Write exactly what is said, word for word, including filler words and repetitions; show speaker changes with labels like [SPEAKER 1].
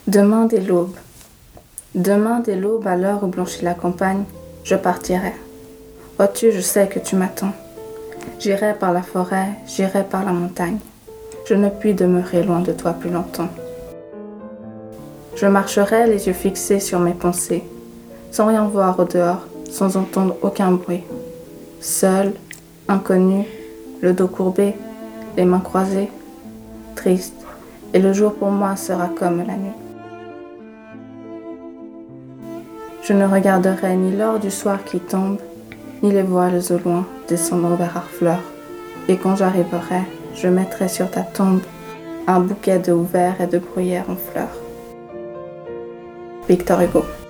[SPEAKER 1] Demain dès l'aube, demain dès l'aube, à l'heure où blanchit la campagne, je partirai. Vois-tu, je sais que tu m'attends. J'irai par la forêt, j'irai par la montagne. Je ne puis demeurer loin de toi plus longtemps. Je marcherai les yeux fixés sur mes pensées, sans rien voir au dehors, sans entendre aucun bruit. Seul, inconnu, le dos courbé, les mains croisées, triste, et le jour pour moi sera comme la nuit. Je ne regarderai ni l'or du soir qui tombe, ni les voiles au loin descendant vers Harfleur. Et quand j'arriverai, je mettrai sur ta tombe un bouquet de houverts et de bruyères en fleurs. Victor Hugo.